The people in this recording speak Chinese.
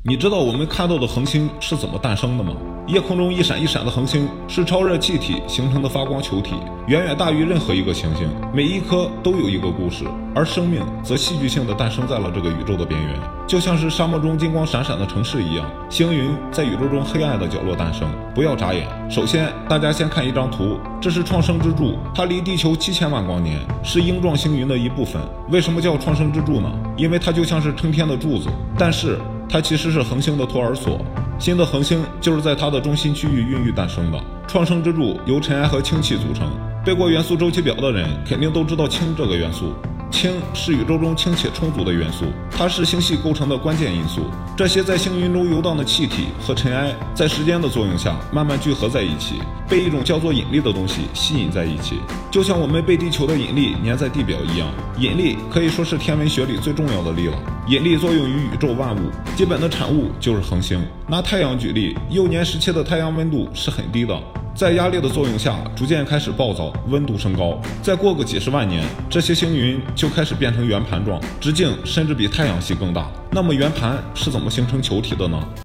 你知道我们看到的恒星是怎么诞生的吗？夜空中一闪一闪的恒星是超热气体形成的发光球体，远远大于任何一个行星，每一颗都有一个故事，而生命则戏剧性地诞生在了这个宇宙的边缘，就像是沙漠中金光闪闪的城市一样，星云在宇宙中黑暗的角落诞生。不要眨眼，首先大家先看一张图，这是创生之柱，它离地球7000万光年，是鹰状星云的一部分。为什么叫创生之柱呢？因为它就像是撑天的柱子，但是它其实是恒星的托儿所，新的恒星就是在它的中心区域孕育诞生的。创生之柱由尘埃和氢气组成，背过元素周期表的人肯定都知道氢这个元素。氢是宇宙中氢气充足的元素，它是星系构成的关键因素。这些在星云中游荡的气体和尘埃，在时间的作用下慢慢聚合在一起，被一种叫做引力的东西吸引在一起，就像我们被地球的引力粘在地表一样。引力可以说是天文学里最重要的力了，引力作用于宇宙万物，基本的产物就是恒星。拿太阳举例，幼年时期的太阳温度是很低的，在压力的作用下逐渐开始暴躁，温度升高，再过个几十万年，这些星云就开始变成圆盘状，直径甚至比太阳系更大。那么圆盘是怎么形成球体的呢？